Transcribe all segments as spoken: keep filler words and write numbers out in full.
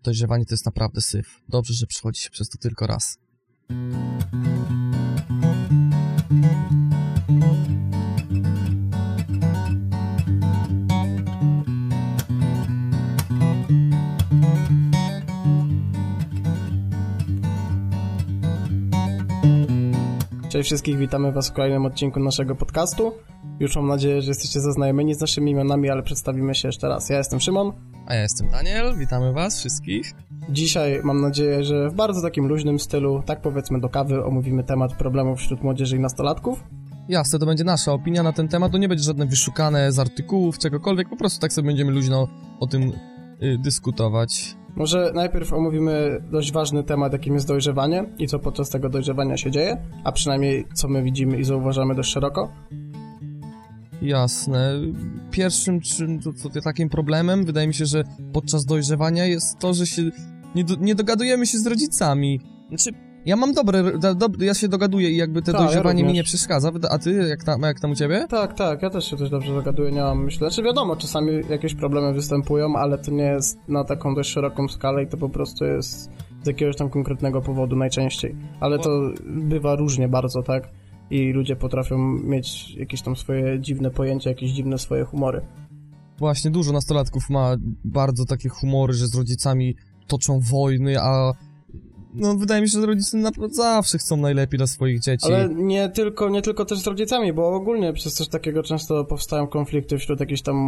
Dojrzewanie to jest naprawdę syf. Dobrze, że przychodzi się przez to tylko raz. Cześć wszystkich, witamy was w kolejnym odcinku naszego podcastu. Już mam nadzieję, że jesteście zaznajomieni z naszymi imionami, ale przedstawimy się jeszcze raz. Ja jestem Szymon. A ja jestem Daniel, witamy was wszystkich. Dzisiaj mam nadzieję, że w bardzo takim luźnym stylu, tak powiedzmy do kawy, omówimy temat problemów wśród młodzieży i nastolatków. Jasne, to będzie nasza opinia na ten temat, to nie będzie żadne wyszukane z artykułów, czegokolwiek, po prostu tak sobie będziemy luźno o tym y, dyskutować. Może najpierw omówimy dość ważny temat, jakim jest dojrzewanie i co podczas tego dojrzewania się dzieje, a przynajmniej co my widzimy i zauważamy dość szeroko. Jasne. Pierwszym czym, to, to, takim problemem wydaje mi się, że podczas dojrzewania jest to, że się nie, do, nie dogadujemy się z rodzicami. Znaczy, ja mam dobre, do, do, ja się dogaduję i jakby te Ta, dojrzewanie ja mi nie przeszkadza. A ty, jak tam, jak tam u ciebie? Tak, tak, ja też się też dobrze dogaduję, nie mam, myślę, znaczy wiadomo, czasami jakieś problemy występują, ale to nie jest na taką dość szeroką skalę i to po prostu jest z jakiegoś tam konkretnego powodu najczęściej. Ale to bywa różnie bardzo, tak? I ludzie potrafią mieć jakieś tam swoje dziwne pojęcia, jakieś dziwne swoje humory. Właśnie, dużo nastolatków ma bardzo takie humory, że z rodzicami toczą wojny, a no wydaje mi się, że rodzice naprawdę zawsze chcą najlepiej dla swoich dzieci. Ale nie tylko, nie tylko też z rodzicami, bo ogólnie przez coś takiego często powstają konflikty wśród jakichś tam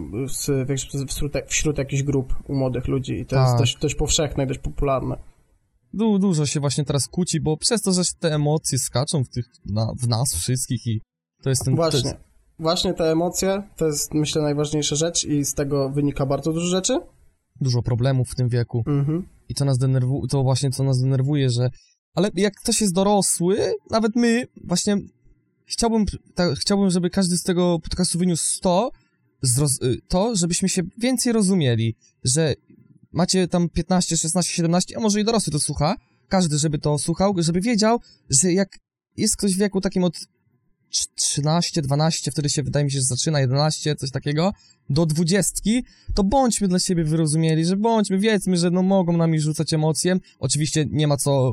wśród, wśród jakichś grup u młodych ludzi i to tak. jest dość, dość powszechne i dość popularne. Du, dużo się właśnie teraz kłóci, bo przez to, że te emocje skaczą w, tych, na, w nas wszystkich i to jest ten... Właśnie, to jest... właśnie te emocje to jest, myślę, najważniejsza rzecz i z tego wynika bardzo dużo rzeczy. Dużo problemów w tym wieku. Mhm. I to nas denerwuje, to właśnie co nas denerwuje, że... Ale jak ktoś jest dorosły, nawet my, właśnie chciałbym, ta, chciałbym, żeby każdy z tego podcastu wyniósł to, zroz, to, żebyśmy się więcej rozumieli, że macie tam piętnaście, szesnaście, siedemnaście, a może i dorosły to słucha, każdy, żeby to słuchał, żeby wiedział, że jak jest ktoś w wieku takim od trzynaście, dwanaście, wtedy się wydaje mi się, że zaczyna jedenaście, coś takiego, do dwudziestki, to bądźmy dla siebie wyrozumieli, że bądźmy, wiedzmy, że no mogą nami rzucać emocje. Oczywiście nie ma co,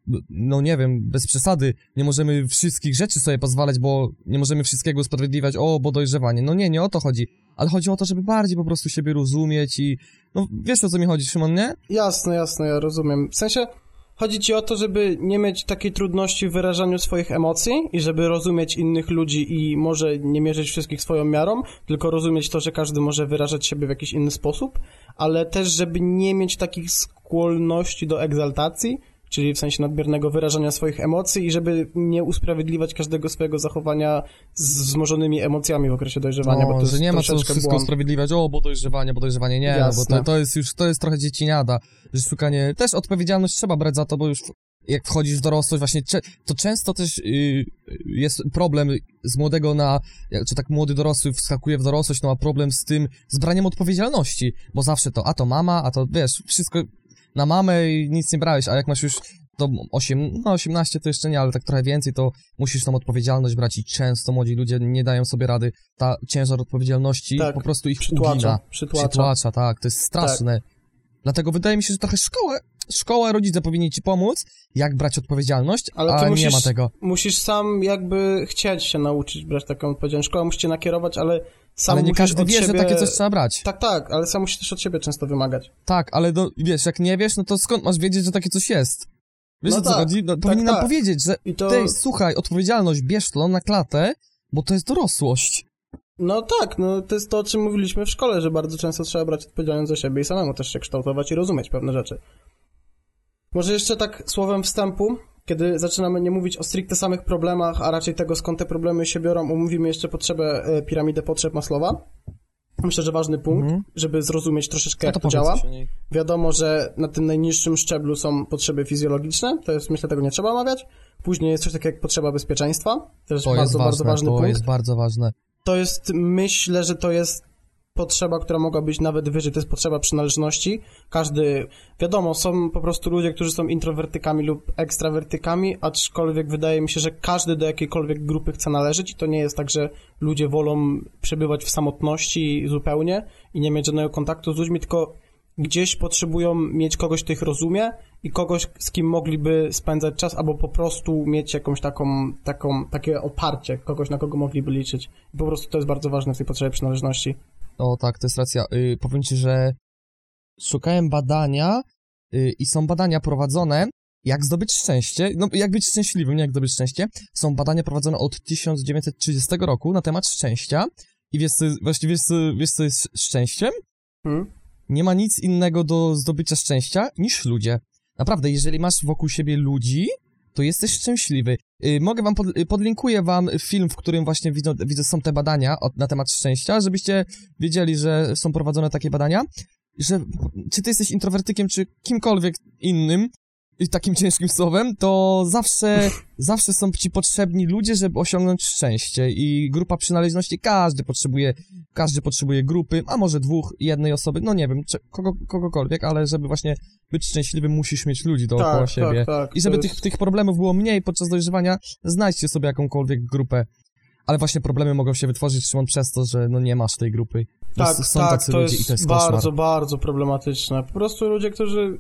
no nie wiem, bez przesady, nie możemy wszystkich rzeczy sobie pozwalać, bo nie możemy wszystkiego usprawiedliwiać, o, bo dojrzewanie. No nie, nie o to chodzi. Ale chodzi o to, żeby bardziej po prostu siebie rozumieć i... No wiesz, o co mi chodzi, Szymon, nie? Jasne, jasne, ja rozumiem. W sensie... Chodzi ci o to, żeby nie mieć takiej trudności w wyrażaniu swoich emocji i żeby rozumieć innych ludzi i może nie mierzyć wszystkich swoją miarą, tylko rozumieć to, że każdy może wyrażać siebie w jakiś inny sposób, ale też, żeby nie mieć takich skłonności do egzaltacji, czyli w sensie nadmiernego wyrażania swoich emocji i żeby nie usprawiedliwiać każdego swojego zachowania z wzmożonymi emocjami w okresie dojrzewania, no, bo to jest że nie ma co wszystko błąd. usprawiedliwiać, o, bo dojrzewanie, bo dojrzewanie nie, no, bo to, to jest już, to jest trochę dzieciniada, że szukanie, też odpowiedzialność trzeba brać za to, bo już jak wchodzisz w dorosłość, właśnie to często też yy, jest problem z młodego na, czy tak młody dorosły wskakuje w dorosłość, no ma problem z tym, z braniem odpowiedzialności, bo zawsze to, a to mama, a to, wiesz, wszystko na mamę i nic nie brałeś, a jak masz już to osiem, no osiemnaście to jeszcze nie, ale tak trochę więcej, to musisz tą odpowiedzialność brać i często młodzi ludzie nie dają sobie rady. Ta ciężar odpowiedzialności tak, po prostu ich przytłacza, ugina. Przytłacza. Przytłacza, tak, to jest straszne. Tak. Dlatego wydaje mi się, że trochę szkoła, szkoła, rodzice powinni ci pomóc, jak brać odpowiedzialność, ale a musisz, nie ma tego. Musisz sam jakby chcieć się nauczyć brać taką odpowiedzialność. Szkoła musi cię nakierować, ale sam ale nie każdy wie, siebie... że takie coś trzeba brać. Tak, tak, ale sam musisz też od siebie często wymagać. Tak, ale do, wiesz, jak nie wiesz, no to skąd masz wiedzieć, że takie coś jest? Wiesz, no o co tak, chodzi? No, tak, powinni nam tak. powiedzieć, że to... ty, słuchaj, odpowiedzialność, bierz to na klatę, bo to jest dorosłość. No tak, no to jest to, o czym mówiliśmy w szkole, że bardzo często trzeba brać odpowiedzialność za siebie i samemu też się kształtować i rozumieć pewne rzeczy. Może jeszcze tak słowem wstępu, kiedy zaczynamy nie mówić o stricte samych problemach, a raczej tego, skąd te problemy się biorą, omówimy jeszcze potrzebę e, piramidę potrzeb Maslowa. Myślę, że ważny punkt, mm-hmm. żeby zrozumieć troszeczkę, no jak to, to działa. Wiadomo, że na tym najniższym szczeblu są potrzeby fizjologiczne, to jest, myślę, tego nie trzeba omawiać. Później jest coś takiego jak potrzeba bezpieczeństwa, to jest to bardzo, jest ważne, bardzo ważny to punkt. To jest bardzo ważne. To jest, myślę, że to jest potrzeba, która mogła być nawet wyżej, to jest potrzeba przynależności. Każdy, wiadomo, są po prostu ludzie, którzy są introwertykami lub ekstrawertykami, aczkolwiek wydaje mi się, że każdy do jakiejkolwiek grupy chce należeć i to nie jest tak, że ludzie wolą przebywać w samotności zupełnie i nie mieć żadnego kontaktu z ludźmi, tylko gdzieś potrzebują mieć kogoś, kto ich rozumie i kogoś, z kim mogliby spędzać czas, albo po prostu mieć jakąś taką, taką, takie oparcie, kogoś, na kogo mogliby liczyć. I po prostu to jest bardzo ważne w tej potrzebie przynależności. O tak, to jest racja. Yy, powiem ci, że szukałem badania yy, i są badania prowadzone, jak zdobyć szczęście, no jak być szczęśliwym, nie jak zdobyć szczęście. Są badania prowadzone od tysiąc dziewięćset trzydziestego roku na temat szczęścia. I wiesz co, właściwie wiesz co, wiesz, co jest szczęściem? Hmm? Nie ma nic innego do zdobycia szczęścia niż ludzie. Naprawdę, jeżeli masz wokół siebie ludzi, to jesteś szczęśliwy. Yy, mogę wam, pod, yy, podlinkuję wam film, w którym właśnie widzę, widzę są te badania od, na temat szczęścia, żebyście wiedzieli, że są prowadzone takie badania, że czy ty jesteś introwertykiem, czy kimkolwiek innym, i takim ciężkim słowem, to zawsze, zawsze są ci potrzebni ludzie, żeby osiągnąć szczęście i grupa przynależności, każdy potrzebuje, każdy potrzebuje grupy, a może dwóch, jednej osoby, no nie wiem, czy, kogo, kogokolwiek, ale żeby właśnie być szczęśliwym, musisz mieć ludzi dookoła tak, siebie. Tak, tak, I żeby jest... tych, tych problemów było mniej podczas dojrzewania, znajdźcie sobie jakąkolwiek grupę. Ale właśnie problemy mogą się wytworzyć, Szymon, przez to, że no nie masz tej grupy. Tak, są tak, tacy to ludzie jest, i to jest bardzo, koszmar. bardzo problematyczne. Po prostu ludzie, którzy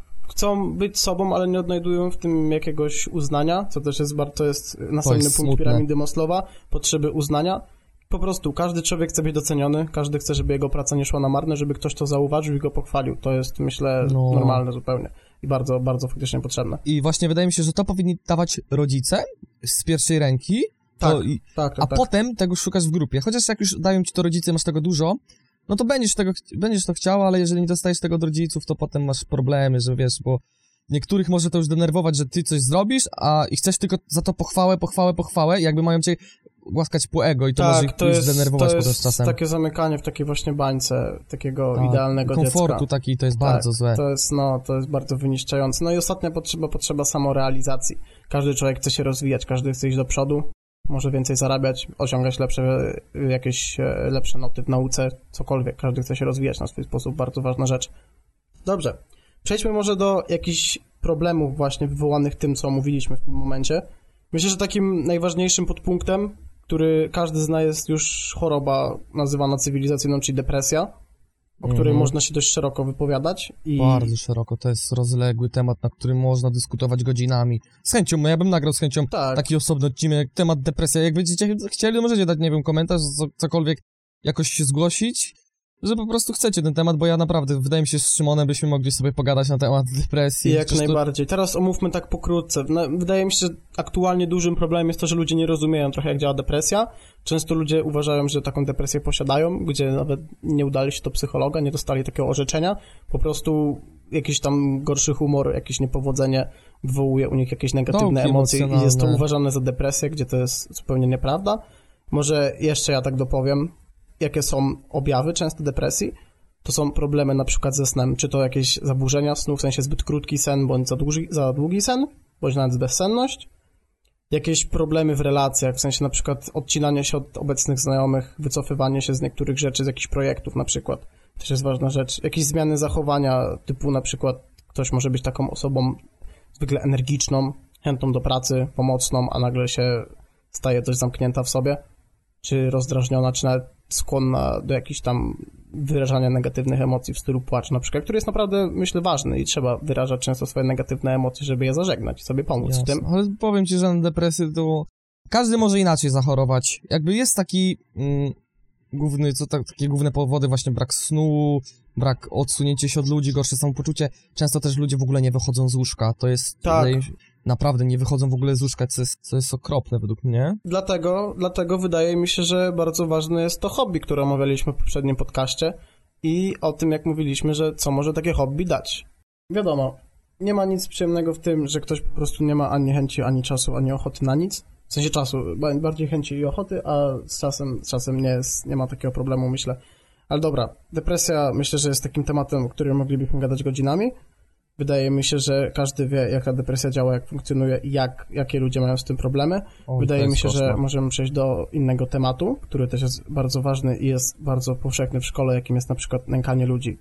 chcą być sobą, ale nie odnajdują w tym jakiegoś uznania, co też jest bardzo, to jest następny jest punkt smutne. piramidy Maslowa, potrzeby uznania. Po prostu każdy człowiek chce być doceniony, każdy chce, żeby jego praca nie szła na marne, żeby ktoś to zauważył i go pochwalił. To jest, myślę, No. normalne zupełnie i bardzo, bardzo faktycznie potrzebne. I właśnie wydaje mi się, że to powinni dawać rodzice z pierwszej ręki, Tak, to i, tak, tak, a tak. potem tego szukasz w grupie. Chociaż jak już dają ci to rodzice, masz tego dużo, no to będziesz tego, będziesz to chciał, ale jeżeli nie dostajesz tego od rodziców, to potem masz problemy, że wiesz, bo niektórych może to już denerwować, że ty coś zrobisz, a i chcesz tylko za to pochwałę, pochwałę, pochwałę, jakby mają cię głaskać po ego i to tak, może ich to już jest, denerwować to potem jest z czasem. takie zamykanie w takiej właśnie bańce takiego Tak, idealnego komfortu dziecka. taki, to jest Tak, bardzo złe. To jest, no, to jest bardzo wyniszczające. No i ostatnia potrzeba, potrzeba samorealizacji. Każdy człowiek chce się rozwijać, każdy chce iść do przodu, może więcej zarabiać, osiągać lepsze, jakieś lepsze noty w nauce, cokolwiek. Każdy chce się rozwijać na swój sposób, bardzo ważna rzecz. Dobrze, przejdźmy może do jakichś problemów właśnie wywołanych tym, co mówiliśmy w tym momencie. Myślę, że takim najważniejszym podpunktem, który każdy zna, jest już choroba nazywana cywilizacyjną, czyli depresja, o której Mhm. można się dość szeroko wypowiadać. I... Bardzo szeroko, to jest rozległy temat, na którym można dyskutować godzinami. Z chęcią, no ja bym nagrał z chęcią Tak. taki osobny odcinek, temat depresja. Jak będziecie chcieli, to możecie dać, nie wiem, komentarz, co, cokolwiek jakoś się zgłosić, że po prostu chcecie ten temat, bo ja naprawdę, wydaje mi się, z Szymonem byśmy mogli sobie pogadać na temat depresji. Jak Przecież to- najbardziej. Teraz omówmy tak pokrótce. No, wydaje mi się, że aktualnie dużym problemem jest to, że ludzie nie rozumieją trochę, jak działa depresja. Często ludzie uważają, że taką depresję posiadają, gdzie nawet nie udali się do psychologa, nie dostali takiego orzeczenia. Po prostu jakiś tam gorszy humor, jakieś niepowodzenie wywołuje u nich jakieś negatywne Dołki emocje i jest to emocjonalne. uważane za depresję, gdzie to jest zupełnie nieprawda. Może jeszcze ja tak dopowiem, jakie są objawy często depresji. To są problemy na przykład ze snem, czy to jakieś zaburzenia snu, w sensie zbyt krótki sen, bądź za długi, za długi sen, bądź nawet bezsenność. Jakieś problemy w relacjach, w sensie na przykład odcinanie się od obecnych znajomych, wycofywanie się z niektórych rzeczy, z jakichś projektów na przykład. Też jest ważna rzecz. Jakieś zmiany zachowania, typu na przykład ktoś może być taką osobą zwykle energiczną, chętną do pracy, pomocną, a nagle się staje dość zamknięta w sobie, czy rozdrażniona, czy nawet skłonna do jakichś tam wyrażania negatywnych emocji w stylu płacz na przykład, który jest naprawdę, myślę, ważny i trzeba wyrażać często swoje negatywne emocje, żeby je zażegnać i sobie pomóc w tym. Jasne. Ale powiem ci, że na depresję to każdy może inaczej zachorować. Jakby jest taki mm, główny, co tak, takie główne powody, właśnie brak snu, brak odsunięcia się od ludzi, gorsze samopoczucie. Często też ludzie w ogóle nie wychodzą z łóżka. To jest, Tak. wydaje mi się, naprawdę nie wychodzą w ogóle z łóżka, co jest, co jest okropne według mnie. Dlatego, dlatego wydaje mi się, że bardzo ważne jest to hobby, które omawialiśmy w poprzednim podcaście i o tym, jak mówiliśmy, że co może takie hobby dać. Wiadomo, nie ma nic przyjemnego w tym, że ktoś po prostu nie ma ani chęci, ani czasu, ani ochoty na nic. W sensie czasu, ba- bardziej chęci i ochoty, a z czasem, z czasem nie, jest, nie ma takiego problemu, myślę. Ale dobra, depresja myślę, że jest takim tematem, o którym moglibyśmy gadać godzinami. Wydaje mi się, że każdy wie, jak ta depresja działa, jak funkcjonuje i jak, jakie ludzie mają z tym problemy. O, Wydaje to mi jest się, że koszmar. możemy przejść do innego tematu, który też jest bardzo ważny i jest bardzo powszechny w szkole, jakim jest na przykład nękanie ludzi.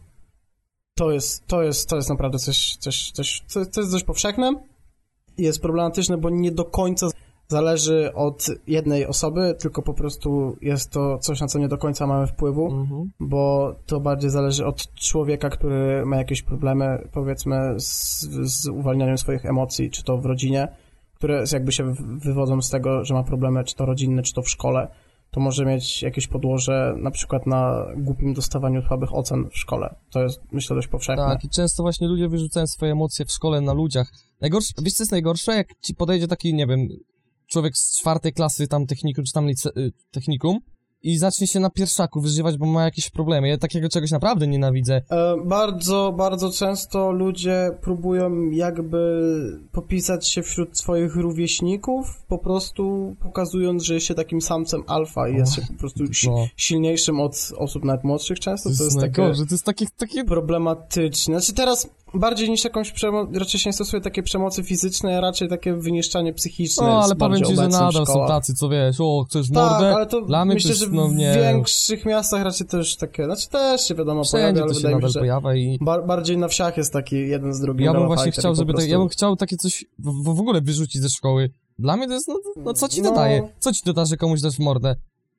To jest, to jest, to jest naprawdę coś, coś, coś, coś, co jest dość powszechne i jest problematyczne, bo nie do końca zależy od jednej osoby, tylko po prostu jest to coś, na co nie do końca mamy wpływu, Mhm. bo to bardziej zależy od człowieka, który ma jakieś problemy, powiedzmy, z, z uwalnianiem swoich emocji, czy to w rodzinie, które jakby się wywodzą z tego, że ma problemy, czy to rodzinne, czy to w szkole, to może mieć jakieś podłoże na przykład na głupim dostawaniu słabych ocen w szkole. To jest, myślę, dość powszechne. Tak, i często właśnie ludzie wyrzucają swoje emocje w szkole na ludziach. Najgorsze, wiesz co jest najgorsze? Jak ci podejdzie taki, nie wiem, człowiek z czwartej klasy tam technikum, czy tam lice, y, technikum i zacznie się na pierwszaku wyżywać, bo ma jakieś problemy. Ja takiego czegoś naprawdę nienawidzę. E, bardzo, bardzo często ludzie próbują jakby popisać się wśród swoich rówieśników, po prostu pokazując, że jest się takim samcem alfa i jest się po prostu si No. silniejszym od osób nawet młodszych często. To To jest jest takie najgorsze, to jest takie, takie... problematyczne. Znaczy teraz bardziej niż jakąś przemoc, raczej się nie stosuje takie przemocy fizycznej, a raczej takie wyniszczanie psychiczne. No, jest ale powiem bardziej ci, że obecne w nadal są szkołach. tacy, co wiesz, o, chcesz w Tak, mordę? ale to Dla mnie myślę, to jest, że no w nie... większych miastach raczej też takie, znaczy też się wiadomo Wszędzie pojawia, ale to się wydaje mi nadal się, że pojawia i... bar bardziej na wsiach jest taki jeden z drugim. Ja bym na właśnie fajter chciał, i po żeby... prostu... Tak, ja bym chciał takie coś w, w ogóle wyrzucić ze szkoły. Dla mnie to jest, no, no co ci to No. daje? Co ci to da, że komuś dasz w mordę?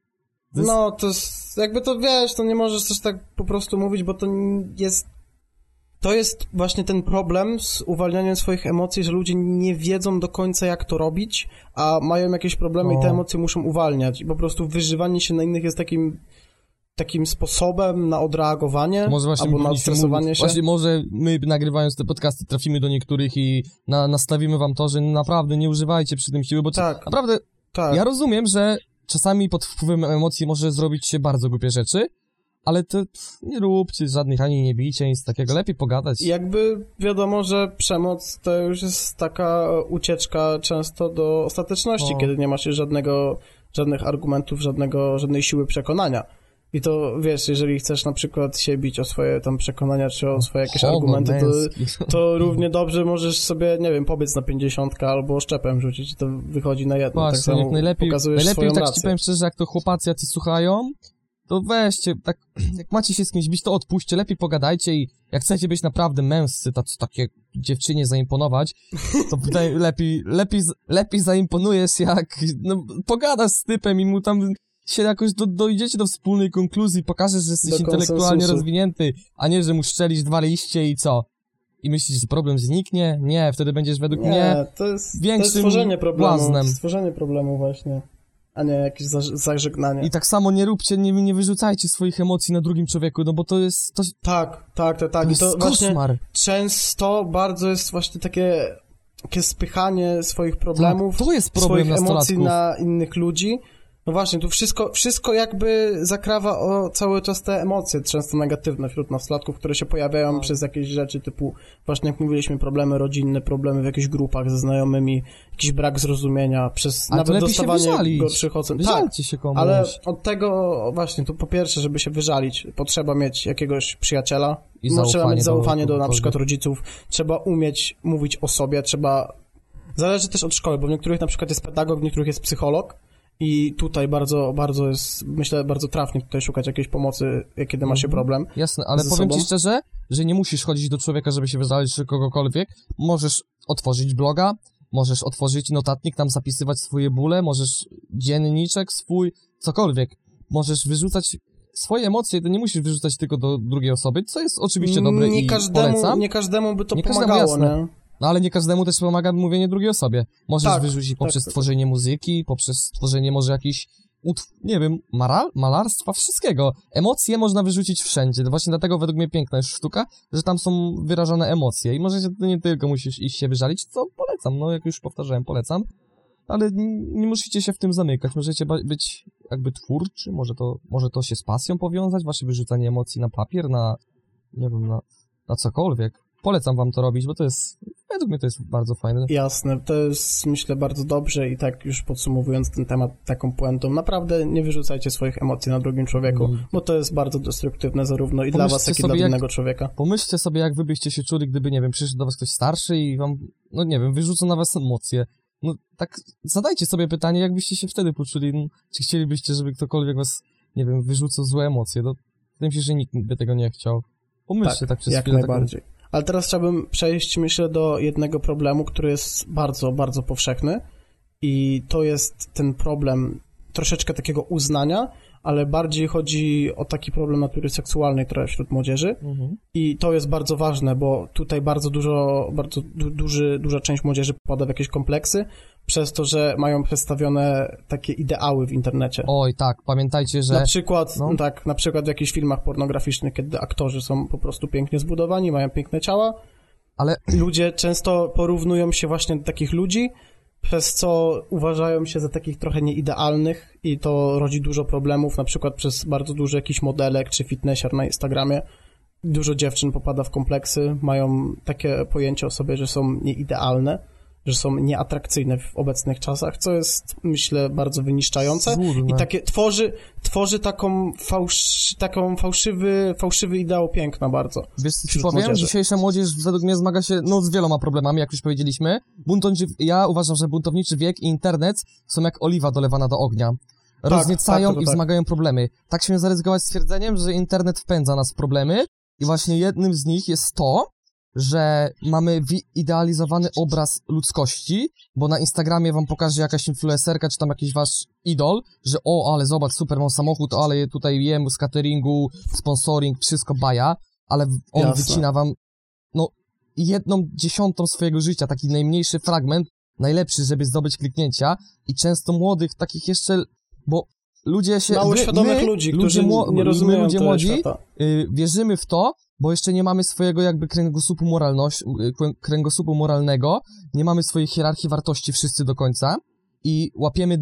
To jest... No, to jest, jakby to wiesz, to nie możesz też tak po prostu mówić, bo to n- jest, to jest właśnie ten problem z uwalnianiem swoich emocji, że ludzie nie wiedzą do końca, jak to robić, a mają jakieś problemy No. i te emocje muszą uwalniać i po prostu wyżywanie się na innych jest takim, takim sposobem na odreagowanie, Może właśnie albo na powinniśmy odstresowanie mówić- się. Właśnie może my nagrywając te podcasty trafimy do niektórych i na, nastawimy wam to, że naprawdę nie używajcie przy tym siły, bo Tak. naprawdę Tak. ja rozumiem, że czasami pod wpływem emocji może zrobić się bardzo głupie rzeczy, ale to pff, nie róbcie żadnych ani nie bijcie, nic takiego, lepiej pogadać. I jakby wiadomo, że przemoc to już jest taka ucieczka często do ostateczności, O. kiedy nie masz już żadnego, żadnych argumentów, żadnego, żadnej siły przekonania. I to wiesz, jeżeli chcesz na przykład się bić o swoje tam przekonania, czy o swoje jakieś Honor argumenty, męski. to, to równie dobrze możesz sobie, nie wiem, pobiec na pięćdziesiątkę albo szczepem rzucić i to wychodzi na jedno. tak Właśnie, samo jak najlepiej, pokazujesz najlepiej swoją tak rację. ci powiem szczerze, jak to chłopacy jacy słuchają, to weźcie, tak, jak macie się z kimś bić, to odpuśćcie, lepiej pogadajcie i jak chcecie być naprawdę męscy, tacy, takie dziewczynie zaimponować, to wydaje, lepiej, lepiej, z- lepiej zaimponujesz, jak no, pogadasz z typem i mu tam się jakoś do, dojdziecie do wspólnej konkluzji, pokażesz, że jesteś Do intelektualnie konsensusu. rozwinięty, a nie, że mu szczelisz dwa liście i co? I myślisz, że problem zniknie? Nie, wtedy będziesz według mnie... Nie, to jest, to większym jest stworzenie problemu, błaznem. stworzenie problemu właśnie, a nie jakieś zaż- zażegnanie. I tak samo nie róbcie, nie, nie wyrzucajcie swoich emocji na drugim człowieku, no bo to jest, to, Tak, tak, tak, tak. to I jest to właśnie koszmar. często bardzo jest właśnie takie, takie spychanie swoich problemów, Tak, to jest problem swoich emocji nastolatków. na innych ludzi. No właśnie, tu wszystko, wszystko jakby zakrawa o cały czas te emocje, często negatywne wśród nastolatków, które się pojawiają No. przez jakieś rzeczy typu, właśnie jak mówiliśmy, problemy rodzinne, problemy w jakichś grupach ze znajomymi, jakiś brak zrozumienia, przez Ale to nawet lepiej się dostawanie wyżalić. gorszych ocen. Tak, Wyżalcie się komuś. ale od tego właśnie, tu po pierwsze, żeby się wyżalić, potrzeba mieć jakiegoś przyjaciela, I no, trzeba zaufanie mieć do zaufanie do, na kogokolwiek. przykład rodziców, trzeba umieć mówić o sobie, trzeba... Zależy też od szkoły, bo w niektórych na przykład jest pedagog, w niektórych jest psycholog i tutaj bardzo, bardzo jest, myślę, bardzo trafnie tutaj szukać jakiejś pomocy, kiedy ma się Mhm. problem. Jasne, ale ze powiem sobą. ci szczerze, że nie musisz chodzić do człowieka, żeby się wyżalić, czy kogokolwiek. Możesz otworzyć bloga, możesz otworzyć notatnik, tam zapisywać swoje bóle, możesz dzienniczek swój, cokolwiek. Możesz wyrzucać swoje emocje, to nie musisz wyrzucać tylko do drugiej osoby, co jest oczywiście dobre nie i każdemu, polecam. nie każdemu by to Nie każdemu, pomagało, jasne. nie? No ale nie każdemu też pomaga mówienie drugiej osobie. Możesz Tak, wyrzucić poprzez tak. tworzenie muzyki, poprzez tworzenie może jakichś, utw- nie wiem, maral, malarstwa, wszystkiego. Emocje można wyrzucić wszędzie. Właśnie dlatego według mnie piękna jest sztuka, że tam są wyrażane emocje. I możecie to nie tylko musisz iść się wyżalić, co polecam, no jak już powtarzałem, polecam. Ale n- nie musicie się w tym zamykać. Możecie ba- być jakby twórczy, może to, może to się z pasją powiązać, wasze wyrzucanie emocji na papier, na, nie wiem, na, na cokolwiek. Polecam wam to robić, bo to jest, według mnie to jest bardzo fajne. Jasne, to jest myślę bardzo dobrze i tak już podsumowując ten temat taką puentą, naprawdę nie wyrzucajcie swoich emocji na drugim człowieku, Mm. bo to jest bardzo destruktywne zarówno i dla Pomyślcie was, jak i sobie, dla jak- innego człowieka. Pomyślcie sobie, jak wy byście się czuli, gdyby, nie wiem, przyszedł do was ktoś starszy i wam, no nie wiem, wyrzucą na was emocje. No tak, zadajcie sobie pytanie, jak byście się wtedy poczuli, no, czy chcielibyście, żeby ktokolwiek was, nie wiem, wyrzucał złe emocje, no, wydaje mi się, że nikt by tego nie chciał. Pomyślcie tak, Tak, przez jak chwilę. taką- najbardziej. Ale teraz chciałbym przejść, myślę, do jednego problemu, który jest bardzo, bardzo powszechny I to jest ten problem troszeczkę takiego uznania, ale bardziej chodzi o taki problem natury seksualnej trochę wśród młodzieży. Mhm. I to jest bardzo ważne, bo tutaj bardzo dużo, bardzo du- duży, duża część młodzieży popada w jakieś kompleksy przez to, że mają przedstawione takie ideały w internecie. Oj, tak, pamiętajcie, że... Na przykład, no. tak, na przykład w jakichś filmach pornograficznych, kiedy aktorzy są po prostu pięknie zbudowani, mają piękne ciała, ale ludzie często porównują się właśnie do takich ludzi, przez co uważają się za takich trochę nieidealnych i to rodzi dużo problemów, na przykład przez bardzo dużo jakichś modelek czy fitnessiar na Instagramie. Dużo dziewczyn popada w kompleksy, mają takie pojęcie o sobie, że są nieidealne, że są nieatrakcyjne w obecnych czasach, co jest, myślę, bardzo wyniszczające. Złudne. I takie tworzy, tworzy taką, fałsz, taką fałszywy, fałszywy ideał piękna bardzo. Wiesz, co ci powiem? Młodzieży. Dzisiejsza młodzież według mnie zmaga się no, z wieloma problemami, jak już powiedzieliśmy. Buntowniczy, ja uważam, że buntowniczy wiek i internet są jak oliwa dolewana do ognia. Rozniecają tak, tak, i tak. wzmagają problemy. Tak śmiem zaryzykować stwierdzeniem, że internet wpędza nas w problemy i właśnie jednym z nich jest to, że mamy wyidealizowany obraz ludzkości, bo na Instagramie wam pokaże jakaś influencerka, czy tam jakiś wasz idol, że o, ale zobacz, super, mam samochód, ale tutaj jem z cateringu, sponsoring, wszystko baja, ale on Jasne. wycina wam, no, jedną dziesiątą swojego życia, taki najmniejszy fragment, najlepszy, żeby zdobyć kliknięcia i często młodych, takich jeszcze, bo ludzie się... Mało my, świadomych my, ludzi, którzy mło, nie rozumieją my, ludzie młodzi, świata. Y, wierzymy w to, bo jeszcze nie mamy swojego jakby kręgosłupu moralności, kręgosłupu moralnego, nie mamy swojej hierarchii wartości wszyscy do końca i łapiemy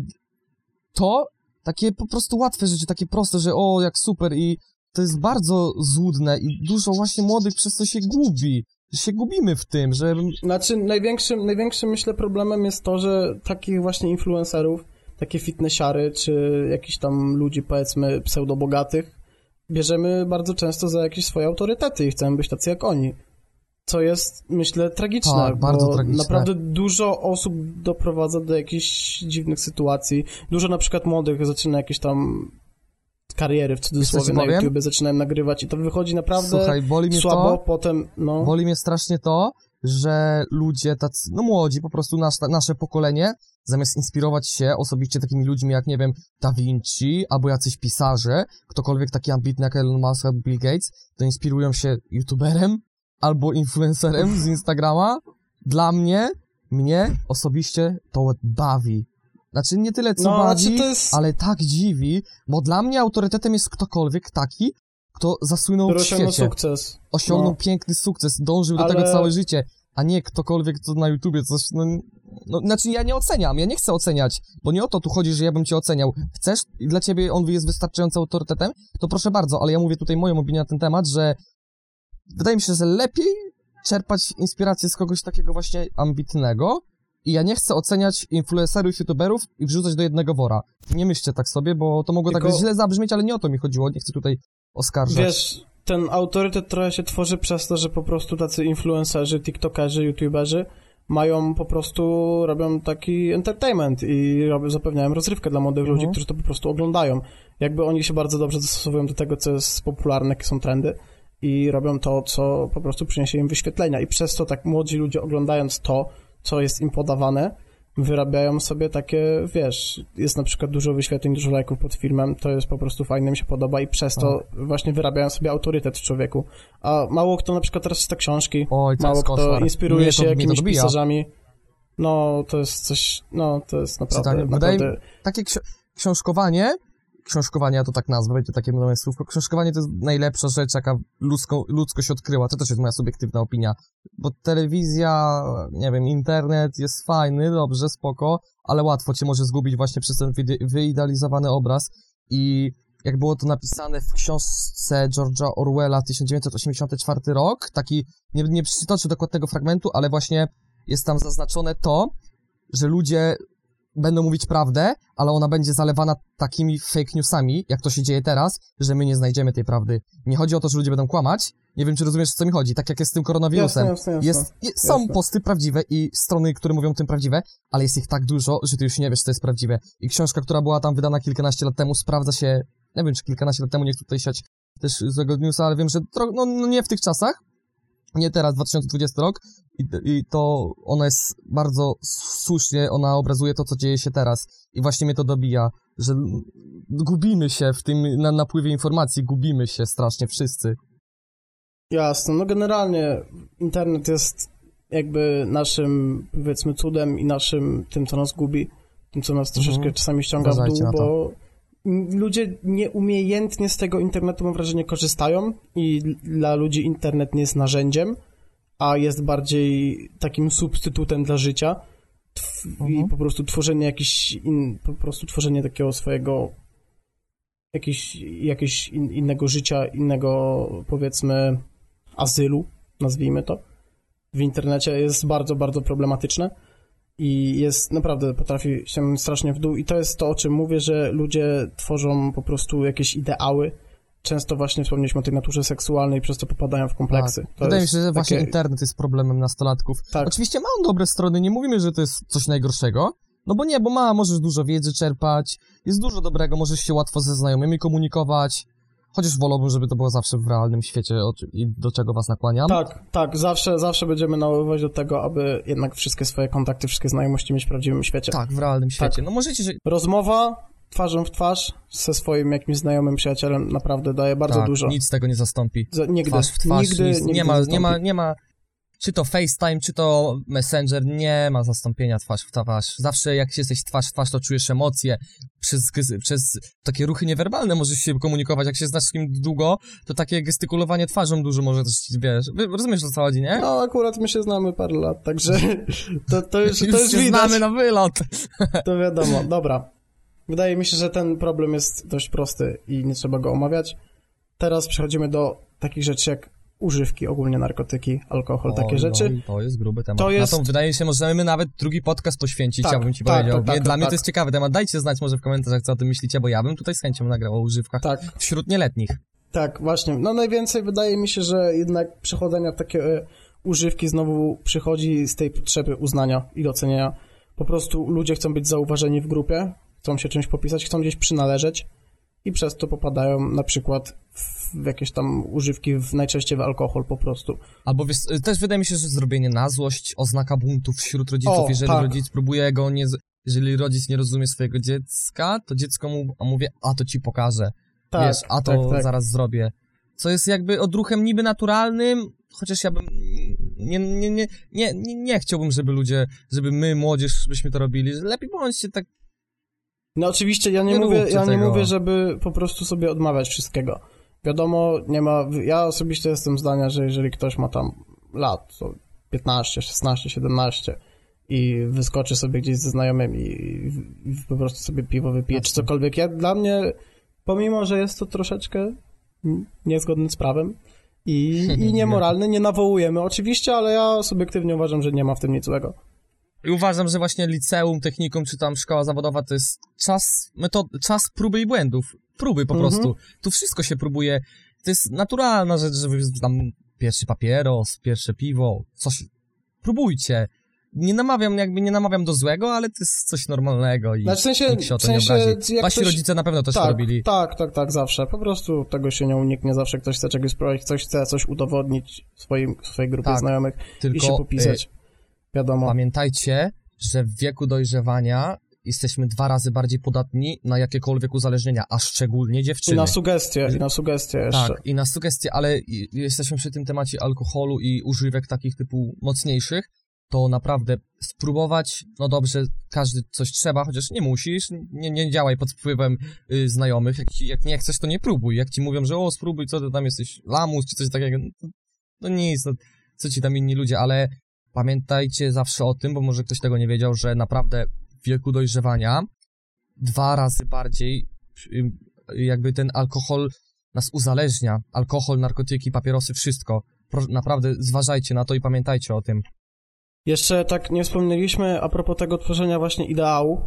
to, takie po prostu łatwe rzeczy, takie proste, że o, jak super i to jest bardzo złudne i dużo właśnie młodych przez to się gubi, że się gubimy w tym, że... Znaczy największym, największym myślę problemem jest to, że takich właśnie influencerów, takie fitnessiary, czy jakichś tam ludzi powiedzmy pseudobogatych, bierzemy bardzo często za jakieś swoje autorytety i chcemy być tacy jak oni. Co jest, myślę, tragiczne, tak, bardzo bo tragiczne. Naprawdę dużo osób doprowadza do jakichś dziwnych sytuacji. Dużo na przykład młodych zaczyna jakieś tam kariery w cudzysłowie na YouTube, zaczynają nagrywać i to wychodzi naprawdę Słuchaj, boli mnie słabo, to, potem, no... Boli mnie strasznie to, że ludzie tacy, no młodzi, po prostu nasz, nasze pokolenie, zamiast inspirować się osobiście takimi ludźmi jak, nie wiem, Da Vinci, albo jacyś pisarze, ktokolwiek taki ambitny jak Elon Musk albo Bill Gates, to inspirują się youtuberem albo influencerem z Instagrama. Dla mnie, mnie osobiście to bawi. Znaczy nie tyle co no, bawi, znaczy to jest... ale tak dziwi, bo dla mnie autorytetem jest ktokolwiek taki, kto zasłynął w świecie. Sukces. Osiągnął no. piękny sukces, dążył do ale... tego całe życie, a nie ktokolwiek, co na YouTubie coś, no, no... Znaczy ja nie oceniam, ja nie chcę oceniać, bo nie o to tu chodzi, że ja bym cię oceniał. Chcesz i dla ciebie on jest wystarczająco autorytetem, to proszę bardzo, ale ja mówię tutaj moją opinię na ten temat, że wydaje mi się, że lepiej czerpać inspirację z kogoś takiego właśnie ambitnego i ja nie chcę oceniać influencerów, youtuberów i wrzucać do jednego wora. Nie myślcie tak sobie, bo to mogło Tylko... tak źle zabrzmieć, ale nie o to mi chodziło, nie chcę tutaj oskarżać. Wiesz, ten autorytet trochę się tworzy przez to, że po prostu tacy influencerzy, tiktokerzy, youtuberzy mają po prostu, robią taki entertainment i robią, zapewniają rozrywkę dla młodych mhm. ludzi, którzy to po prostu oglądają. Jakby oni się bardzo dobrze dostosowują do tego, co jest popularne, jakie są trendy i robią to, co po prostu przyniesie im wyświetlenia i przez to tak młodzi ludzie oglądając to, co jest im podawane, wyrabiają sobie takie, wiesz, jest na przykład dużo wyświetleń, dużo lajków pod filmem, to jest po prostu fajne, mi się podoba i przez to A. właśnie wyrabiają sobie autorytet w człowieku. A mało kto na przykład teraz czyta książki, Oj, mało kto koszmar. inspiruje mnie się to, jakimiś to pisarzami. No, to jest coś, no, to jest naprawdę... Czytanie. naprawdę... Wydaje mi, takie ksi książkowanie, książkowanie, ja to tak nazwę, będzie takie nowe słówko, książkowanie to jest najlepsza rzecz, jaka ludzko, ludzkość odkryła, to też jest moja subiektywna opinia, bo telewizja, nie wiem, internet jest fajny, dobrze, spoko, ale łatwo cię może zgubić właśnie przez ten wyidealizowany obraz i jak było to napisane w książce George'a Orwella tysiąc dziewięćset osiemdziesiąty czwarty rok, taki, nie, nie przytoczę dokładnego fragmentu, ale właśnie jest tam zaznaczone to, że ludzie będą mówić prawdę, ale ona będzie zalewana takimi fake newsami, jak to się dzieje teraz, że my nie znajdziemy tej prawdy. Nie chodzi o to, że ludzie będą kłamać. Nie wiem, czy rozumiesz, o co mi chodzi. Tak jak jest z tym koronawirusem. Jasne, jasne, jest, jest, są jasne. posty prawdziwe i strony, które mówią tym prawdziwe, ale jest ich tak dużo, że ty już nie wiesz, co jest prawdziwe. I książka, która była tam wydana kilkanaście lat temu, sprawdza się, nie wiem, czy kilkanaście lat temu, nie chcę tutaj siać też złego newsa, ale wiem, że tro, no, no nie w tych czasach, nie teraz, dwa tysiące dwudziesty rok i, i to ona jest bardzo słusznie, ona obrazuje to, co dzieje się teraz i właśnie mnie to dobija, że gubimy się w tym na napływie informacji, gubimy się strasznie wszyscy. Jasne, no generalnie internet jest jakby naszym, powiedzmy, cudem i naszym tym, co nas gubi, tym, co nas troszeczkę mhm. czasami ściąga w dół, bo ludzie nieumiejętnie z tego internetu, mam wrażenie, korzystają i dla ludzi internet nie jest narzędziem, a jest bardziej takim substytutem dla życia mhm. i po prostu tworzenie jakiś, in, po prostu tworzenie takiego swojego jakiś, jakiegoś in, innego życia, innego, powiedzmy, azylu, nazwijmy to, w internecie jest bardzo, bardzo problematyczne i jest, naprawdę potrafi się strasznie w dół i to jest to, o czym mówię, że ludzie tworzą po prostu jakieś ideały, często właśnie wspomnieliśmy o tej naturze seksualnej i przez to popadają w kompleksy. Tak. Wydaje mi się, że takie... właśnie internet jest problemem nastolatków. Tak. Oczywiście ma on dobre strony, nie mówimy, że to jest coś najgorszego, no bo nie, bo ma, możesz dużo wiedzy czerpać, jest dużo dobrego, możesz się łatwo ze znajomymi komunikować, chociaż wolałbym, żeby to było zawsze w realnym świecie i do czego was nakłaniam. Tak, tak, zawsze, zawsze będziemy nawoływać do tego, aby jednak wszystkie swoje kontakty, wszystkie znajomości mieć w prawdziwym świecie. Tak, w realnym świecie. Tak. No możecie, że... Rozmowa twarzą w twarz ze swoim jakimś znajomym przyjacielem naprawdę daje bardzo tak, dużo. Nic tego nie zastąpi. Z, nigdy. Twarz w twarz, nigdy, nic, nigdy nie, ma, nie, nie ma, nie ma, czy to FaceTime, czy to Messenger, nie ma zastąpienia twarz w twarz. Zawsze jak jesteś twarz w twarz, to czujesz emocje. Przez, przez takie ruchy niewerbalne możesz się komunikować. Jak się znasz z kim długo, to takie gestykulowanie twarzą dużo może też, wiesz, rozumiesz, o co chodzi, nie? No, akurat my się znamy parę lat, także to, to już, już to już się widać. znamy na wylot. To wiadomo, dobra. Wydaje mi się, że ten problem jest dość prosty i nie trzeba go omawiać. Teraz przechodzimy do takich rzeczy jak używki, ogólnie narkotyki, alkohol, takie Oj, rzeczy. No, to jest gruby temat. To jest... Na to wydaje mi się, możemy nawet drugi podcast poświęcić, tak, ja bym ci tak, powiedział. Tak, tak, Dla tak, mnie tak. to jest ciekawy temat. Dajcie znać może w komentarzach, co o tym myślicie, bo ja bym tutaj z chęcią nagrał o używkach tak. wśród nieletnich. Tak, właśnie. No najwięcej wydaje mi się, że jednak przechodzenia w takie e, używki znowu przychodzi z tej potrzeby uznania i docenienia. Po prostu ludzie chcą być zauważeni w grupie, chcą się czymś popisać, chcą gdzieś przynależeć i przez to popadają na przykład w jakieś tam używki, w, najczęściej w alkohol po prostu. Albo wiesz, też wydaje mi się, że zrobienie na złość, oznaka buntu wśród rodziców, o, jeżeli tak. rodzic próbuje go nie... Jeżeli rodzic nie rozumie swojego dziecka, to dziecko mu a mówię, a to ci pokażę, tak, wiesz, a to tak, tak. zaraz zrobię. Co jest jakby odruchem niby naturalnym, chociaż ja bym nie, nie, nie, nie, nie, nie chciałbym, żeby ludzie, żeby my, młodzież, byśmy to robili. Lepiej bądźcie tak. No oczywiście, ja nie, nie mówię, ja nie tego. mówię, żeby po prostu sobie odmawiać wszystkiego. Wiadomo, nie ma, ja osobiście jestem zdania, że jeżeli ktoś ma tam lat, to piętnaście, szesnaście, siedemnaście i wyskoczy sobie gdzieś ze znajomymi i, i po prostu sobie piwo wypije, czy cokolwiek. Ja, dla mnie, pomimo, że jest to troszeczkę niezgodne z prawem i, i niemoralne, nie nawołujemy oczywiście, ale ja subiektywnie uważam, że nie ma w tym nic złego. I uważam, że właśnie liceum, technikum, czy tam szkoła zawodowa to jest czas, metod, czas próby i błędów. Próby po mhm. prostu. Tu wszystko się próbuje. To jest naturalna rzecz, żeby tam pierwszy papieros, pierwsze piwo, coś. Próbujcie. Nie namawiam, jakby nie namawiam do złego, ale to jest coś normalnego i znaczy, w sensie, nikt się o to w sensie, nie obrazi. Wasi ktoś... rodzice na pewno też tak, to robili. Tak, tak, tak, zawsze. Po prostu tego się nie uniknie. Zawsze ktoś chce czegoś spróbować, ktoś chce coś udowodnić swoim, swojej grupie tak, znajomych tylko, i się popisać. Y Wiadomo. Pamiętajcie, że w wieku dojrzewania jesteśmy dwa razy bardziej podatni na jakiekolwiek uzależnienia, a szczególnie dziewczyny. I na sugestie, i na sugestie jeszcze. Tak, i na sugestie, ale jesteśmy przy tym temacie alkoholu i używek takich typu mocniejszych, to naprawdę spróbować, no dobrze, każdy coś trzeba, chociaż nie musisz, nie, nie działaj pod wpływem y, znajomych, jak, ci, jak nie chcesz, to nie próbuj. Jak ci mówią, że o, spróbuj, co ty tam jesteś, lamus, czy coś takiego, no, no nic, no, co ci tam inni ludzie, ale pamiętajcie zawsze o tym, bo może ktoś tego nie wiedział, że naprawdę w wieku dojrzewania dwa razy bardziej jakby ten alkohol nas uzależnia. Alkohol, narkotyki, papierosy, wszystko. Pro, naprawdę zważajcie na to i pamiętajcie o tym. Jeszcze tak nie wspomnieliśmy a propos tego tworzenia właśnie ideału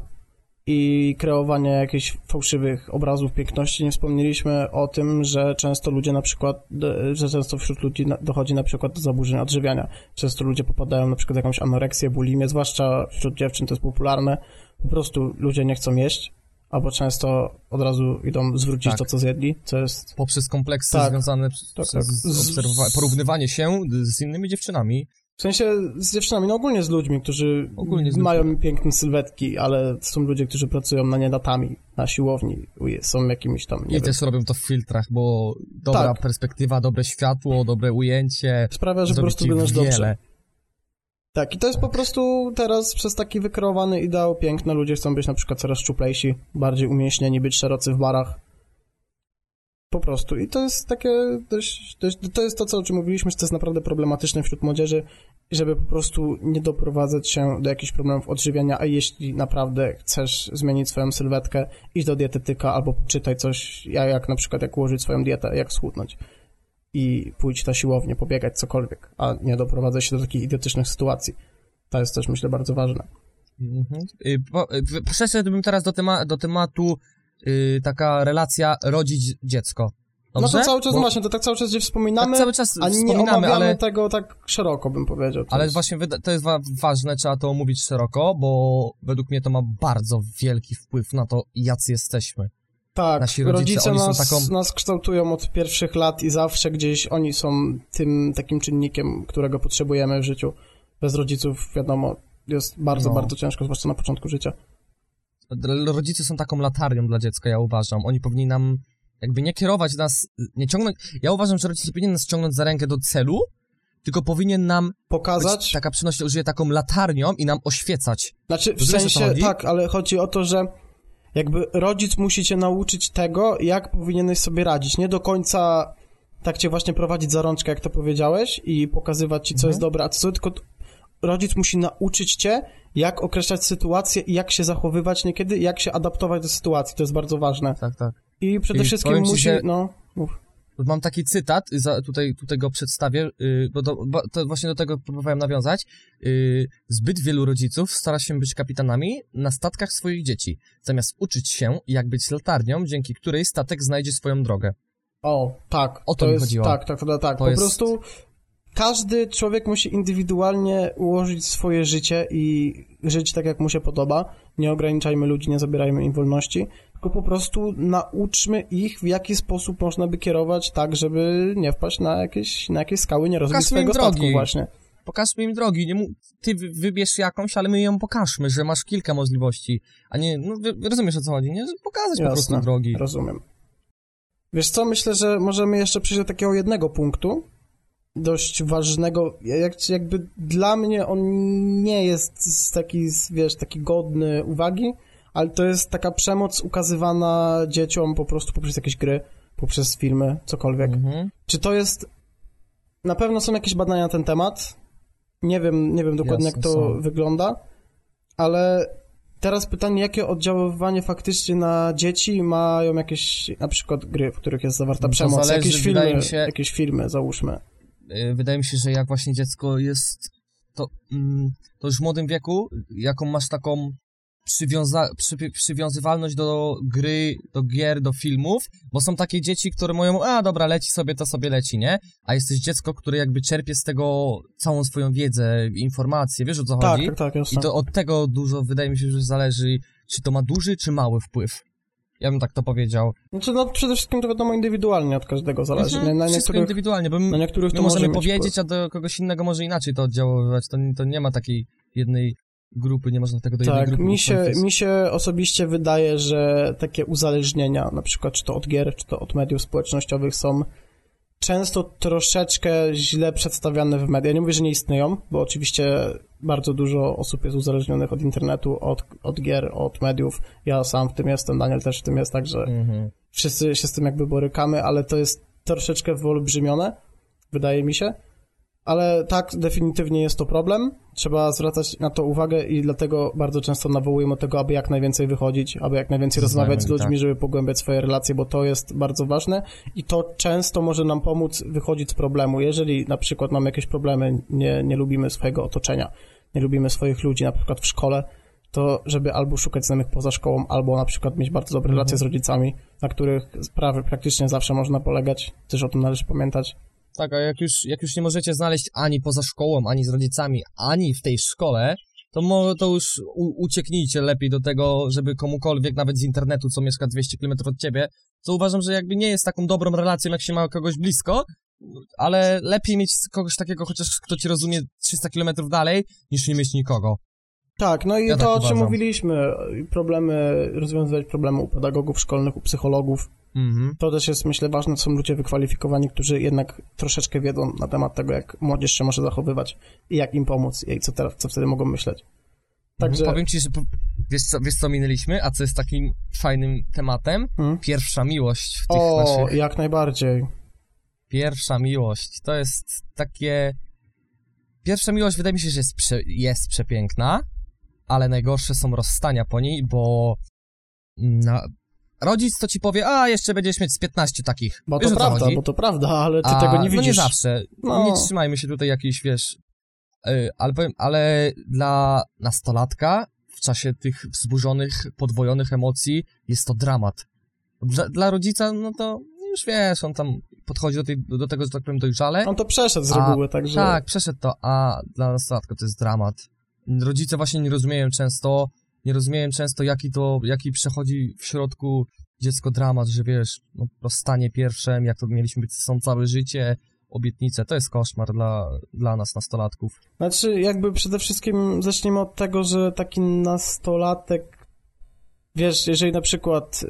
i kreowania jakichś fałszywych obrazów piękności, nie wspomnieliśmy o tym, że często ludzie na przykład, że często wśród ludzi dochodzi na przykład do zaburzeń odżywiania. Często ludzie popadają na przykład w jakąś anoreksję, bulimię, zwłaszcza wśród dziewczyn to jest popularne. Po prostu ludzie nie chcą jeść, albo często od razu idą zwrócić Tak. to, co zjedli, co jest... Poprzez kompleksy Tak. związane Tak, z, tak. z obserwowa- porównywanie się z innymi dziewczynami. W sensie z dziewczynami, no ogólnie z ludźmi, którzy Ogólnie z mają piękne sylwetki, ale są ludzie, którzy pracują na niedatami, na siłowni, są jakimiś tam, nie I wiem, też robią to w filtrach, bo dobra Tak. perspektywa, dobre światło, dobre ujęcie. sprawia, że po zrobi prostu ci wyglądasz dobrze. wiele. Tak, i to jest po prostu teraz przez taki wykreowany ideał piękny. Ludzie chcą być na przykład coraz szczuplejsi, bardziej umięśnieni, być szerocy w barach. Po prostu. I to jest takie dość, dość... To jest to, co, o czym mówiliśmy, że to jest naprawdę problematyczne wśród młodzieży, żeby po prostu nie doprowadzać się do jakichś problemów odżywiania, a jeśli naprawdę chcesz zmienić swoją sylwetkę, idź do dietetyka albo poczytaj coś, jak, jak na przykład jak ułożyć swoją dietę, jak schudnąć. I pójdź na siłownię, pobiegać, cokolwiek, a nie doprowadzać się do takich idiotycznych sytuacji. To jest też, myślę, bardzo ważne. Mhm. Y, po- y, Przeszedłbym teraz do, tema- do tematu y, taka relacja rodzic-dziecko. Dobrze? No to cały czas, Bo właśnie, to tak cały czas gdzie wspominamy, tak cały czas a nie wspominamy, omawiamy ale, tego tak szeroko, bym powiedział. To ale jest... właśnie wyda- to jest wa- ważne, trzeba to omówić szeroko, bo według mnie to ma bardzo wielki wpływ na to, jacy jesteśmy. Tak, nasi rodzice, rodzice oni są nas, taką- nas kształtują od pierwszych lat i zawsze gdzieś oni są tym takim czynnikiem, którego potrzebujemy w życiu. Bez rodziców, wiadomo, jest bardzo, No. bardzo ciężko, zwłaszcza na początku życia. Rodzice są taką latarnią dla dziecka, ja uważam. Oni powinni nam jakby nie kierować nas, nie ciągnąć... Ja uważam, że rodzic nie powinien nas ciągnąć za rękę do celu, tylko powinien nam Pokazać, być, taka przynośność, użyję taką latarnią i nam oświecać. znaczy w Rozumiesz, o co sensie, chodzi? tak, ale chodzi o to, że jakby rodzic musi cię nauczyć tego, jak powinieneś sobie radzić. Nie do końca tak cię właśnie prowadzić za rączkę, jak to powiedziałeś, i pokazywać ci, co Mhm. jest dobre, a co złe, tylko t- rodzic musi nauczyć cię, jak określać sytuację i jak się zachowywać niekiedy, jak się adaptować do sytuacji. To jest bardzo ważne. Tak, tak. I przede I wszystkim powiem ci, musi, że- no... Mów. Mam taki cytat, za, tutaj, tutaj go przedstawię, yy, bo, to, bo to właśnie do tego próbowałem nawiązać. Yy, zbyt wielu rodziców stara się być kapitanami na statkach swoich dzieci, zamiast uczyć się, jak być latarnią, dzięki której statek znajdzie swoją drogę. O, tak. O to to mi jest, chodziło. Tak, tak, tak, tak. To Po jest- prostu każdy człowiek musi indywidualnie ułożyć swoje życie i żyć tak, jak mu się podoba. Nie ograniczajmy ludzi, nie zabierajmy im wolności, tylko po prostu nauczmy ich, w jaki sposób można by kierować tak, żeby nie wpaść na jakieś, na jakieś skały, nie rozbić Pokażmy im swojego statku drogi. właśnie. Pokażmy im drogi, nie mu... ty wy- wybierz jakąś, ale my ją pokażmy, że masz kilka możliwości, a nie, no wy- rozumiesz o co chodzi, nie? Że pokazać po prostu Jasne, drogi. rozumiem. Wiesz co, myślę, że możemy jeszcze przejść do takiego jednego punktu, dość ważnego, jak, jakby dla mnie on nie jest taki, wiesz, taki godny uwagi, ale to jest taka przemoc ukazywana dzieciom po prostu poprzez jakieś gry, poprzez filmy, cokolwiek. Mhm. Czy to jest... Na pewno są jakieś badania na ten temat, nie wiem, nie wiem dokładnie Jasne, jak to są. wygląda, ale teraz pytanie, jakie oddziaływanie faktycznie na dzieci mają jakieś, na przykład gry, w których jest zawarta No to przemoc, zależy, jakieś wydaje filmy, mi się- jakieś filmy, załóżmy. Y, Wydaje mi się, że jak właśnie dziecko jest, to, mm, to już w młodym wieku, jaką masz taką przywiąza- przy, przywiązywalność do gry, do gier, do filmów, bo są takie dzieci, które mówią, a dobra, leci sobie, to sobie leci, nie? A jesteś dziecko, które jakby czerpie z tego całą swoją wiedzę, informacje, wiesz o co Tak, chodzi? tak, tak, jasne. I to od tego dużo, wydaje mi się, że zależy, czy to ma duży, czy mały wpływ. Ja bym tak to powiedział. Znaczy, no przede wszystkim to wiadomo indywidualnie od każdego zależy. Mhm, na, na, wszystko niektórych, indywidualnie, bo na niektórych my to może możemy mieć powiedzieć, wpływ. a do kogoś innego może inaczej to oddziaływać. To, to nie ma takiej jednej grupy, nie można tego do jednej Tak, grupy mi się, ustawić. mi się osobiście wydaje, że takie uzależnienia, na przykład czy to od gier, czy to od mediów społecznościowych są często troszeczkę źle przedstawiane w mediach. Nie mówię, że nie istnieją, bo oczywiście bardzo dużo osób jest uzależnionych od internetu, od, od gier, od mediów. Ja sam w tym jestem, Daniel też w tym jest, także Mhm. wszyscy się z tym jakby borykamy, ale to jest troszeczkę wyolbrzymione, wydaje mi się. Ale tak, definitywnie jest to problem. Trzeba zwracać na to uwagę i dlatego bardzo często nawołujemy do tego, aby jak najwięcej wychodzić, aby jak najwięcej Z rozmawiać z znajomymi, ludźmi, tak. żeby pogłębiać swoje relacje, bo to jest bardzo ważne i to często może nam pomóc wychodzić z problemu. Jeżeli na przykład mamy jakieś problemy, nie, nie lubimy swojego otoczenia, nie lubimy swoich ludzi, na przykład w szkole, to żeby albo szukać znajomych poza szkołą, albo na przykład mieć bardzo dobre Mhm. relacje z rodzicami, na których sprawy praktycznie zawsze można polegać. Też o tym należy pamiętać. Tak, a jak już, jak już nie możecie znaleźć ani poza szkołą, ani z rodzicami, ani w tej szkole, to może to już u, ucieknijcie lepiej do tego, żeby komukolwiek, nawet z internetu, co mieszka dwieście kilometrów od ciebie, co uważam, że jakby nie jest taką dobrą relacją, jak się ma kogoś blisko, ale lepiej mieć kogoś takiego, chociaż kto ci rozumie trzysta kilometrów dalej, niż nie mieć nikogo. Tak, no i Ja to, tak o czym uważam. mówiliśmy, problemy, rozwiązywać problemy u pedagogów szkolnych, u psychologów, Mhm. to też jest, myślę, ważne, to są ludzie wykwalifikowani, którzy jednak troszeczkę wiedzą na temat tego, jak młodzież się może zachowywać i jak im pomóc i co, teraz, co wtedy mogą myśleć. Także... Powiem ci, że po, wiesz, co, wiesz co minęliśmy, a co jest takim fajnym tematem? Hmm? Pierwsza miłość w tych O, naszych... jak najbardziej. Pierwsza miłość, to jest takie... Pierwsza miłość wydaje mi się, że jest, prze... jest przepiękna, ale najgorsze są rozstania po niej, bo... Na... Rodzic to ci powie, a jeszcze będziesz mieć z piętnaście takich. Bo Wiesz, to o co prawda, chodzi? bo to prawda, ale ty A, tego nie widzisz. No nie zawsze. No. Nie trzymajmy się tutaj jakiejś, wiesz... Yy, ale powiem, ale dla nastolatka w czasie tych wzburzonych, podwojonych emocji jest to dramat. Dla, dla rodzica, no to już wiesz, on tam podchodzi do, tej, do tego, że tak powiem, dojrzale. On to przeszedł z A, reguły, także... Tak, przeszedł to, a dla nastolatka to jest dramat. Rodzice właśnie nie rozumieją często, nie rozumieją często, jaki to, jaki przechodzi w środku dziecko dramat, że wiesz, no rozstanie pierwsze, jak to mieliśmy być są całe życie, obietnice, to jest koszmar dla, dla nas nastolatków. Znaczy, jakby przede wszystkim zacznijmy od tego, że taki nastolatek, wiesz, jeżeli na przykład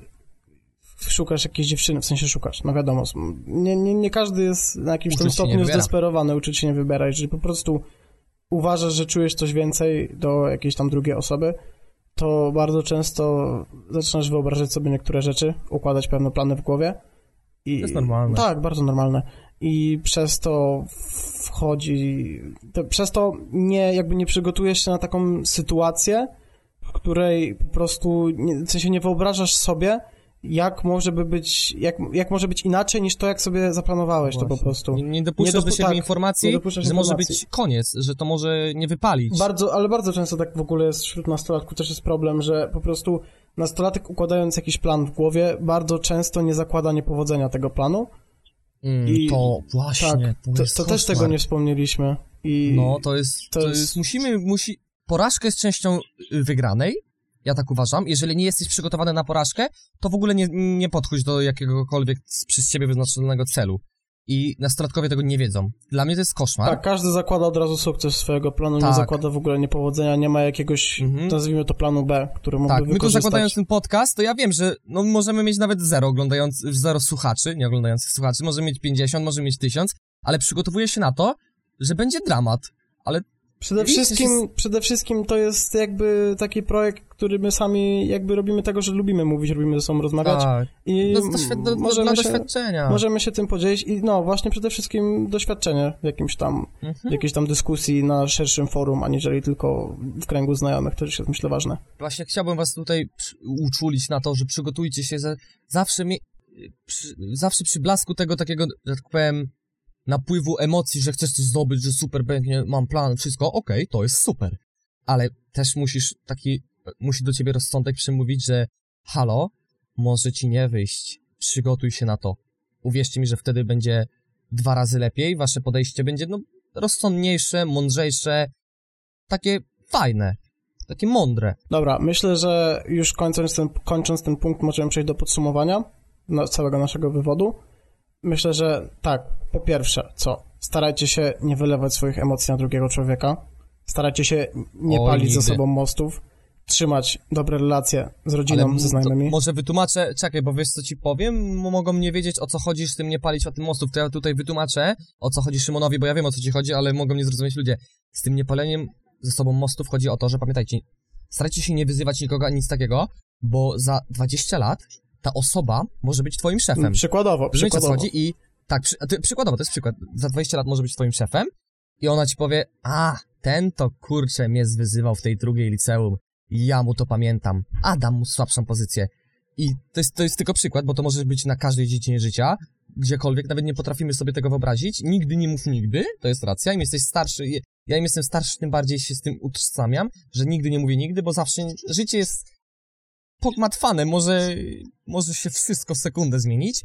szukasz jakiejś dziewczyny, w sensie szukasz, no wiadomo, nie, nie, nie każdy jest na jakimś tam Uczuć się nie stopniu wybiera. zdesperowany, uczuć się nie wybiera, jeżeli po prostu uważasz, że czujesz coś więcej do jakiejś tam drugiej osoby, to bardzo często zaczynasz wyobrażać sobie niektóre rzeczy, układać pewne plany w głowie. I, To jest normalne. Tak, bardzo normalne. I przez to wchodzi... To, przez to nie, jakby nie przygotujesz się na taką sytuację, w której po prostu, nie, w sensie nie wyobrażasz sobie, jak może by być, jak, jak może być inaczej niż to, jak sobie zaplanowałeś to po prostu. Nie, nie dopuszczasz Nie do dopu- siebie tak, informacji, nie dopuszczasz że może informacji. być koniec, że to może nie wypalić. Bardzo, ale bardzo często tak w ogóle jest wśród nastolatków też jest problem, że po prostu nastolatek układając jakiś plan w głowie, bardzo często nie zakłada niepowodzenia tego planu. Mm, I- to właśnie, Tak, to, to, jest to też koszmar. tego nie wspomnieliśmy. I No, to jest, to to jest- jest, musimy, musi, porażka jest częścią y, wygranej, ja tak uważam. Jeżeli nie jesteś przygotowany na porażkę, to w ogóle nie, nie podchodź do jakiegokolwiek c- przez ciebie wyznaczonego celu. I nastolatkowie tego nie wiedzą. Dla mnie to jest koszmar. Tak, każdy zakłada od razu sukces swojego planu, nie Tak. zakłada w ogóle niepowodzenia, nie ma jakiegoś, Mhm. nazwijmy to planu B, który mógłby Tak, my tu wykorzystać. zakładając ten podcast, to ja wiem, że no, możemy mieć nawet zero oglądających, zero słuchaczy, nie oglądających słuchaczy, możemy mieć pięćdziesiąt, możemy mieć tysiąc, ale przygotowuję się na to, że będzie dramat. Ale Przede Widzisz, wszystkim, jest- przede wszystkim to jest jakby taki projekt, który my sami jakby robimy tego, że lubimy mówić, lubimy ze sobą rozmawiać tak, i do, doświad- do, możemy, dla się, doświadczenia. możemy się tym podzielić i no właśnie przede wszystkim doświadczenie w jakimś tam, Mhm. jakiejś tam dyskusji na szerszym forum, aniżeli tylko w kręgu znajomych, to też jest myślę ważne. Właśnie chciałbym was tutaj przy, uczulić na to, że przygotujcie się za, zawsze, mi, przy, zawsze przy blasku tego takiego, że tak powiem, napływu emocji, że chcesz coś zdobyć, że super będzie, mam plan, wszystko, okej, to jest super. Ale też musisz taki, musi do ciebie rozsądek przemówić, że halo, może ci nie wyjść, przygotuj się na to. Uwierzcie mi, że wtedy będzie dwa razy lepiej, wasze podejście będzie, no, rozsądniejsze, mądrzejsze, takie fajne, takie mądre. Dobra, myślę, że już kończąc ten, kończąc ten punkt możemy przejść do podsumowania na całego naszego wywodu. Myślę, że tak, po pierwsze, co? Starajcie się nie wylewać swoich emocji na drugiego człowieka. Starajcie się nie Oj, palić nigdy. ze sobą mostów. Trzymać dobre relacje z rodziną, Ale ze to znajomymi. może wytłumaczę, czekaj, bo wiesz co ci powiem? M- Mogą nie wiedzieć o co chodzi z tym nie palić o tym mostów, to ja tutaj wytłumaczę o co chodzi Szymonowi, bo ja wiem o co ci chodzi, ale mogą nie zrozumieć ludzie. Z tym niepaleniem ze sobą mostów chodzi o to, że pamiętajcie, starajcie się nie wyzywać nikogo ani nic takiego, bo za dwadzieścia lat ta osoba może być twoim szefem. Przykładowo, Rozumiecie, o co przykładowo. chodzi? I tak, przy, a ty, przykładowo, to jest przykład. Za dwadzieścia lat może być twoim szefem i ona ci powie, a, ten to kurczę mnie zwyzywał w tej drugiej liceum. Ja mu to pamiętam. A, dam mu słabszą pozycję. I to jest, to jest tylko przykład, bo to może być na każdej dziedzinie życia, gdziekolwiek, nawet nie potrafimy sobie tego wyobrazić. Nigdy nie mów nigdy, to jest racja. Im jesteś starszy, ja im jestem starszy, tym bardziej się z tym utożsamiam, że nigdy nie mówię nigdy, bo zawsze życie jest pogmatwane, może, może się wszystko w sekundę zmienić.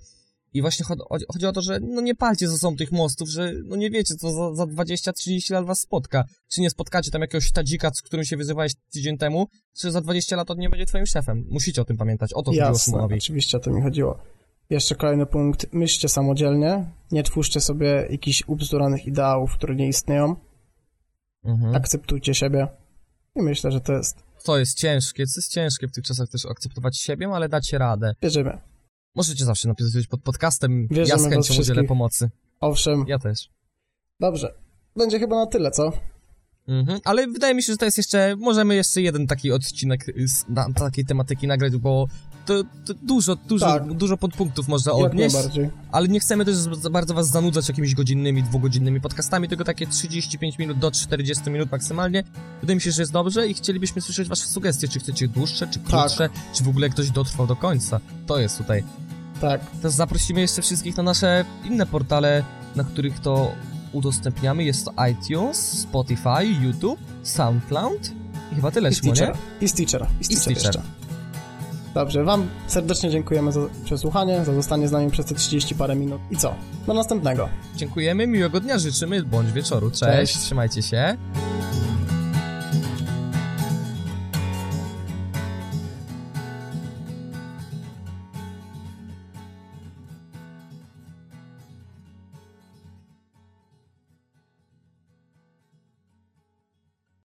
I właśnie chodzi, chodzi o to, że no nie palcie za sobą tych mostów, że no nie wiecie, co za, za dwadzieścia trzydzieści lat was spotka. Czy nie spotkacie tam jakiegoś tadzika, z którym się wyzywałeś tydzień temu, czy za dwadzieścia lat on nie będzie twoim szefem. Musicie o tym pamiętać. O to chodziło Jasne, Szymonowi. oczywiście o to mi chodziło. Jeszcze kolejny punkt. Myślcie samodzielnie. Nie twórzcie sobie jakichś ubzduranych ideałów, które nie istnieją. Mhm. Akceptujcie siebie. I myślę, że to jest... To jest ciężkie, to jest ciężkie w tych czasach też akceptować siebie, ale dacie radę. Wierzymy. Możecie zawsze napisać pod podcastem. Wierzymy Ja z was chęcią udzielę wszystkich. pomocy. Owszem. Ja też. Dobrze. Będzie chyba na tyle, co? Mhm. Ale wydaje mi się, że to jest jeszcze... Możemy jeszcze jeden taki odcinek z, na, takiej tematyki nagrać, bo to, to dużo, dużo, Tak. dużo podpunktów można Jak odnieść. najbardziej. Ale nie chcemy też za bardzo was zanudzać jakimiś godzinnymi, dwugodzinnymi podcastami, tylko takie trzydzieści pięć minut do czterdziestu minut maksymalnie. Wydaje mi się, że jest dobrze i chcielibyśmy słyszeć wasze sugestie, czy chcecie dłuższe, czy krótsze, Tak. czy w ogóle ktoś dotrwał do końca. To jest tutaj. Tak. Też zaprosimy jeszcze wszystkich na nasze inne portale, na których to udostępniamy. Jest to iTunes, Spotify, YouTube, SoundCloud i chyba tyle, I Szymonie. Stitcher. I Stitcher. I Stitcher, Stitcher. jeszcze. Dobrze, wam serdecznie dziękujemy za przesłuchanie, za zostanie z nami przez te trzydzieści parę minut. I co? Do następnego. Dziękujemy, miłego dnia życzymy, bądź wieczoru. Cześć, Cześć. trzymajcie się.